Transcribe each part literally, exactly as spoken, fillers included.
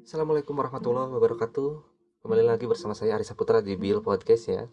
Assalamualaikum warahmatullahi wabarakatuh. Kembali lagi bersama saya Arisa Putra di Bill Podcast ya.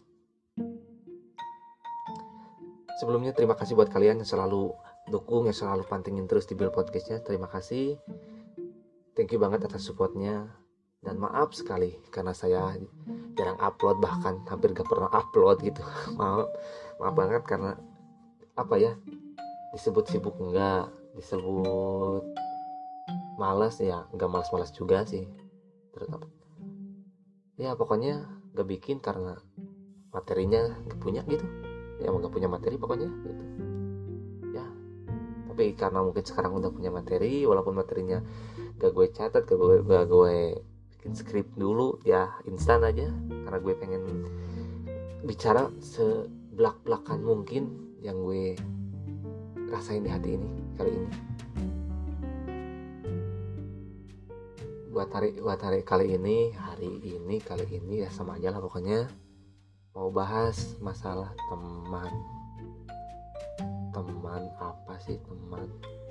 Sebelumnya terima kasih buat kalian yang selalu dukung, yang selalu pantengin terus di Bill Podcastnya. Terima kasih. Thank you banget atas supportnya. Dan maaf sekali karena saya jarang upload, bahkan hampir gak pernah upload gitu. Maaf, maaf banget karena apa ya, disebut sibuk enggak, disebut malas ya, enggak malas-malas juga sih. Terus apa? Ya pokoknya gak bikin karena materinya gak punya gitu ya, emang gak punya materi pokoknya gitu ya. Tapi karena mungkin sekarang udah punya materi, walaupun materinya gak gue catat, gak gue, gak gue bikin skrip dulu ya, instan aja karena gue pengen bicara sebelak-belakan mungkin yang gue rasain di hati ini kali ini. Buat hari buat hari kali ini, hari ini kali ini ya sama aja lah pokoknya. Mau bahas masalah teman. Teman apa sih teman?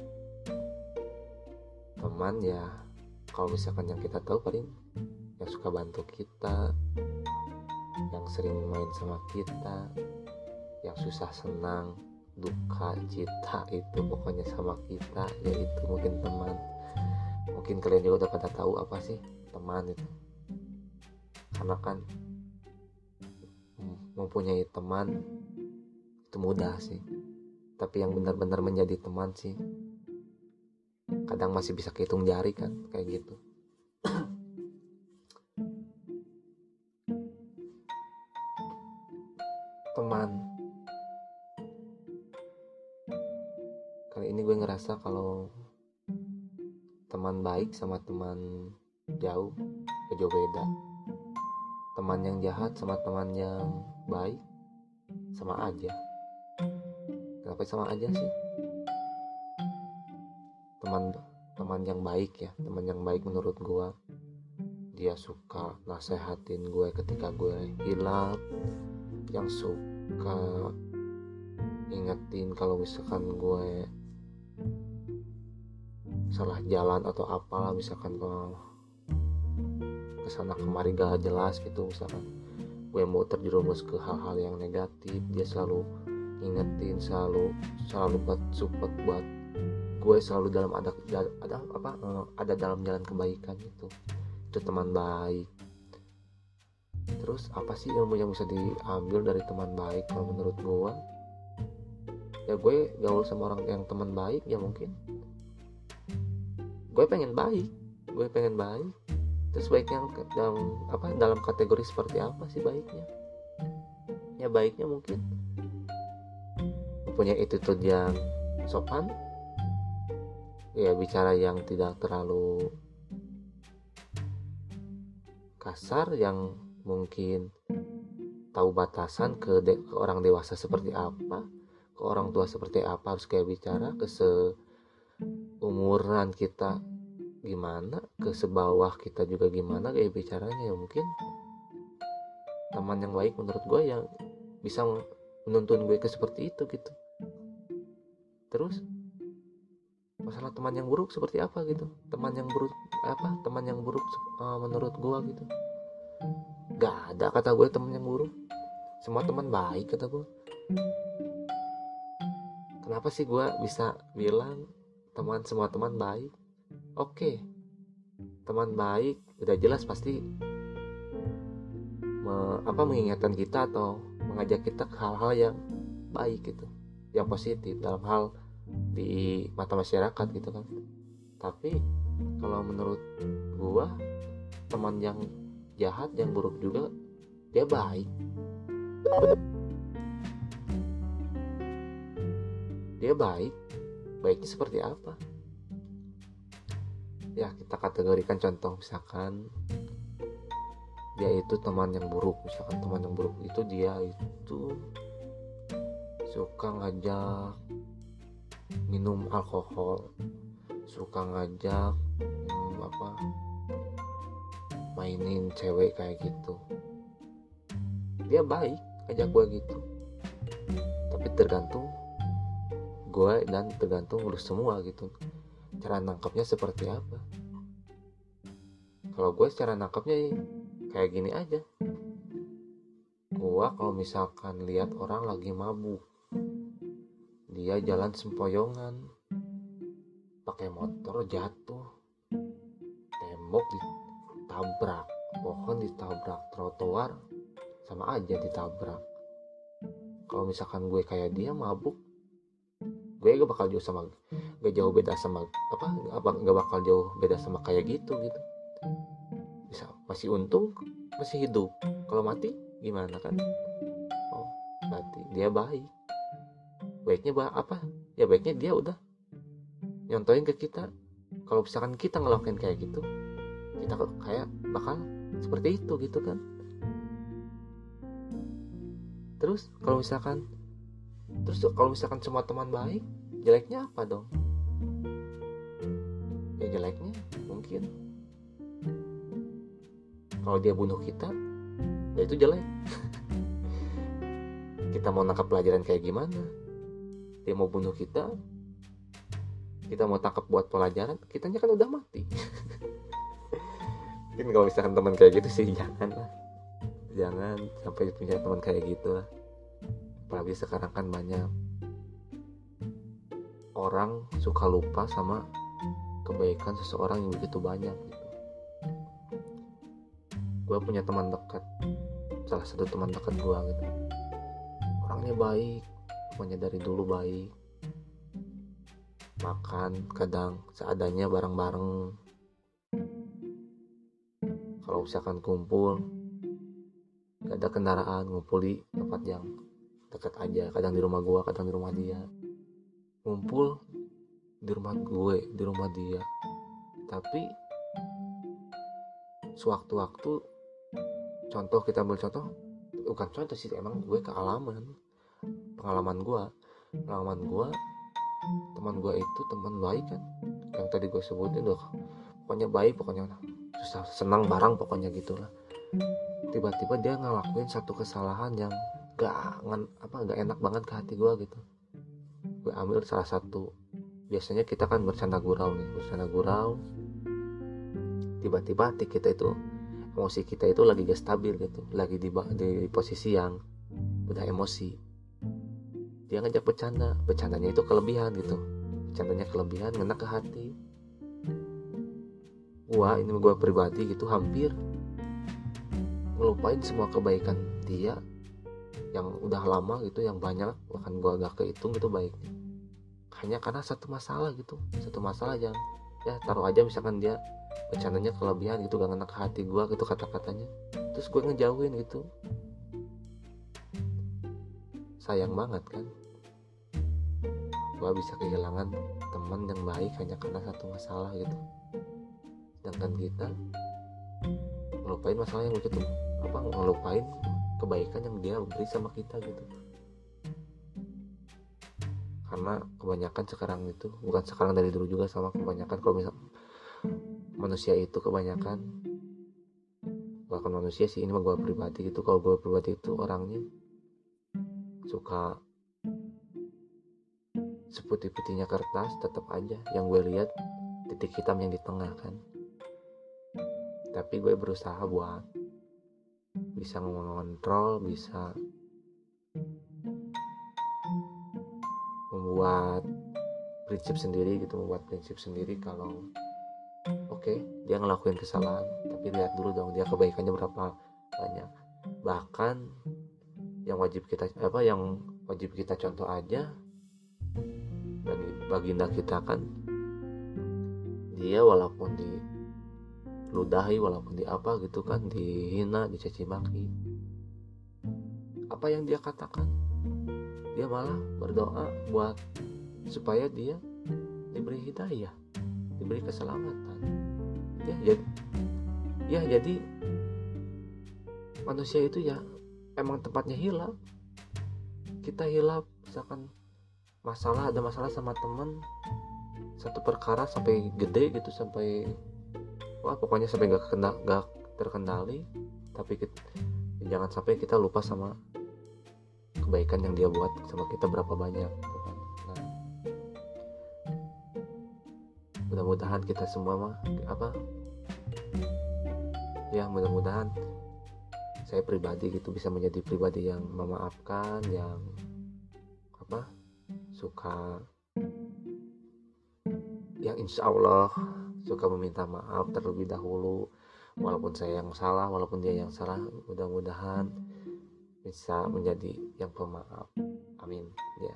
Teman ya, kalau misalkan yang kita tahu paling yang suka bantu kita, yang sering main sama kita, yang susah senang, duka, cita itu pokoknya sama kita, yaitu mungkin teman. Mungkin kalian juga udah pada tahu apa sih teman itu. Karena kan mempunyai teman itu mudah sih, tapi yang benar-benar menjadi teman sih kadang masih bisa kehitung jari kan, kayak gitu. Teman, kali ini gue ngerasa kalau teman baik sama teman jauh jauh beda. Teman yang jahat sama teman yang baik sama aja. Kenapa sama aja sih? Teman teman yang baik ya, teman yang baik menurut gue, dia suka nasehatin gue ketika gue hilaf, yang suka ingetin kalau misalkan gue salah jalan atau apalah, misalkan kalau kesana kemari gak jelas gitu, misalkan gue mau terjerumus ke hal-hal yang negatif, dia selalu ingetin, selalu selalu buat support buat gue selalu dalam ada ada apa ada dalam jalan kebaikan itu. Itu teman baik. Terus apa sih ilmu yang bisa diambil dari teman baik kalau menurut gue? Ya gue gaul sama orang yang teman baik ya, mungkin gue pengen baik, gue pengen baik. Terus baiknya dalam apa dalam kategori seperti apa sih baiknya? Ya baiknya mungkin mempunyai attitude yang sopan, ya bicara yang tidak terlalu kasar, yang mungkin tahu batasan ke, de- ke orang dewasa seperti apa, ke orang tua seperti apa harus kayak bicara, ke seumuran kita gimana, ke sebawah kita juga gimana kayak bicaranya. Ya mungkin teman yang baik menurut gue yang bisa menuntun gue ke seperti itu gitu. Terus masalah teman yang buruk seperti apa gitu? Teman yang buruk apa? Teman yang buruk uh, menurut gue gitu. Gak ada kata gue teman yang buruk. Semua teman baik kata gue. Kenapa sih gue bisa bilang teman semua teman baik? Oke, teman baik udah jelas pasti me, apa mengingatkan kita atau mengajak kita ke hal-hal yang baik gitu, yang positif dalam hal di mata masyarakat gitu kan. Tapi kalau menurut gue teman yang jahat, yang buruk juga dia baik. Dia baik, baiknya seperti apa? Ya kita kategorikan contoh, misalkan dia itu teman yang buruk, misalkan teman yang buruk itu dia itu suka ngajak minum alkohol, suka ngajak hmm, apa mainin cewek kayak gitu. Dia baik ajak gue gitu, tapi tergantung gue dan tergantung lu semua gitu cara nangkapnya seperti apa. Kalau gue secara nangkapnya kayak gini aja. Gue kalau misalkan lihat orang lagi mabuk, dia jalan sempoyongan, pakai motor jatuh, tembok ditabrak, pohon ditabrak, trotoar sama aja ditabrak. Kalau misalkan gue kayak dia mabuk, gue gak bakal jauh sama gak jauh beda sama apa apa gak bakal jauh beda sama kayak gitu gitu. Bisa masih untung masih hidup. Kalau mati gimana kan? Oh, berarti dia baik. Baiknya bah apa? Ya baiknya dia udah nyontohin ke kita. Kalau misalkan kita ngelakuin kayak gitu, kita kayak bakal seperti itu gitu kan. Terus kalau misalkan terus kalau misalkan semua teman baik, jeleknya apa dong? Ya jeleknya mungkin kalau dia bunuh kita, ya itu jelek. Kita mau nangkap pelajaran kayak gimana? Dia mau bunuh kita, kita mau tangkap buat pelajaran, kitanya kan udah mati. Mungkin kalau misalkan teman kayak gitu sih jangan lah, jangan sampai punya teman kayak gitu lah. Apalagi sekarang kan banyak orang suka lupa sama kebaikan seseorang yang begitu banyak gitu. Gue punya teman dekat, salah satu teman dekat gue gitu, orangnya baik, pokoknya dari dulu baik, makan kadang seadanya bareng-bareng. Kalau misalkan kumpul, gak ada kendaraan, ngumpul di tempat yang dekat aja, kadang di rumah gue, kadang di rumah dia. Ngumpul di rumah gue, di rumah dia. Tapi sewaktu-waktu, contoh kita ambil contoh, bukan contoh sih, emang gue kealaman, pengalaman gue, pengalaman gue, teman gue itu teman baik kan, yang tadi gue sebutin loh, pokoknya baik, pokoknya susah senang barang pokoknya gitulah. Tiba-tiba dia ngelakuin satu kesalahan yang gak apa gak enak banget ke hati gue gitu. Gue ambil salah satu, biasanya kita kan bercanda gurau nih, bercanda gurau. Tiba-tiba hati kita itu, emosi kita itu lagi gak stabil gitu, lagi di, di posisi yang udah emosi. Dia ngajak bercanda, bercandanya itu kelebihan gitu, bercandanya kelebihan, ngena ke hati. Gua ini gue pribadi gitu hampir ngelupain semua kebaikan dia yang udah lama gitu, yang banyak bahkan gue gak kehitung gitu baiknya, hanya karena satu masalah gitu, satu masalah yang ya taruh aja misalkan dia bercandanya kelebihan gitu, gak ngena ke hati gue gitu kata-katanya, terus gue ngejauhin gitu. Sayang banget kan, gue bisa kehilangan teman yang baik hanya karena satu masalah gitu. Sedangkan kita ngelupain masalah yang begitu, apa ngelupain kebaikan yang dia beri sama kita gitu. Karena kebanyakan sekarang itu, bukan sekarang, dari dulu juga sama, kebanyakan kalau misal manusia itu kebanyakan, bahkan manusia sih, ini mah gue pribadi gitu, kalau gue pribadi itu orangnya suka seputih-putihnya kertas, tetap aja yang gue lihat titik hitam yang di tengah kan. Tapi gue berusaha buat bisa mengontrol, bisa membuat prinsip sendiri gitu, membuat prinsip sendiri kalau oke okay, dia ngelakuin kesalahan, tapi lihat dulu dong dia kebaikannya berapa banyak. Bahkan yang wajib kita apa yang wajib kita contoh aja dari baginda kita kan, dia walaupun diludahi, walaupun di apa gitu kan, dihina, dicaci maki, apa yang dia katakan, dia malah berdoa buat supaya dia diberi hidayah, diberi keselamatan. Ya jadi ya jadi manusia itu ya emang tempatnya hilap. Kita hilap, misalkan masalah, ada masalah sama temen, satu perkara sampai gede gitu, sampai wah pokoknya sampai gak, kena, gak terkendali, tapi kita, jangan sampai kita lupa sama kebaikan yang dia buat sama kita berapa banyak. Nah, mudah-mudahan kita semua mah apa Ya mudah-mudahan saya pribadi gitu bisa menjadi pribadi yang memaafkan, yang apa suka, yang insya Allah suka meminta maaf terlebih dahulu, walaupun saya yang salah, walaupun dia yang salah. Mudah-mudahan bisa menjadi yang pemaaf, amin ya.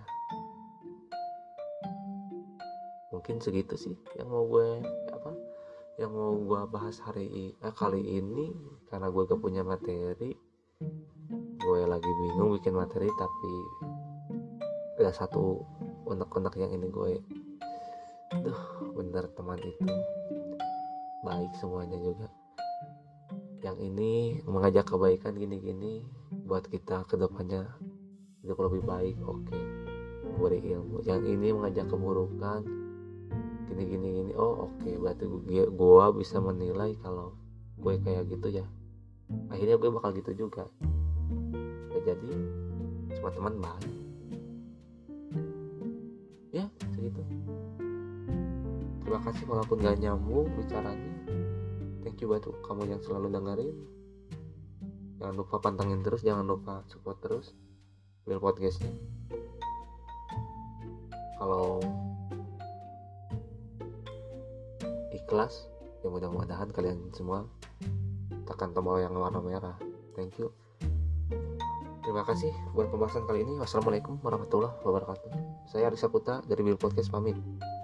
Mungkin segitu sih yang mau gue apa yang mau gue bahas hari ini, eh, kali ini. Karena gue gak punya materi, gue lagi bingung bikin materi, tapi ada satu unek-unek yang ini gue, duh bener teman itu baik semuanya juga. Yang ini mengajak kebaikan gini-gini buat kita kedepannya hidup lebih baik, oke okay. Memberi ilmu. Yang ini mengajak keburukan gini-gini gini, oh oke okay. Berarti gue, gue bisa menilai kalau gue kayak gitu ya, akhirnya gue bakal gitu juga ya. Jadi semua teman baik ya, segitu. Terima kasih walaupun gak nyambung bicaranya. Thank you buat kamu yang selalu dengerin. Jangan lupa pantengin terus, jangan lupa support terus Bill Podcastnya. Kalau ikhlas ya, mudah-mudahan kalian semua tekan tombol yang warna merah. Thank you. Terima kasih buat pembahasan kali ini. Wassalamualaikum warahmatullahi wabarakatuh. Saya Arisa Putra dari Bill Podcast pamit.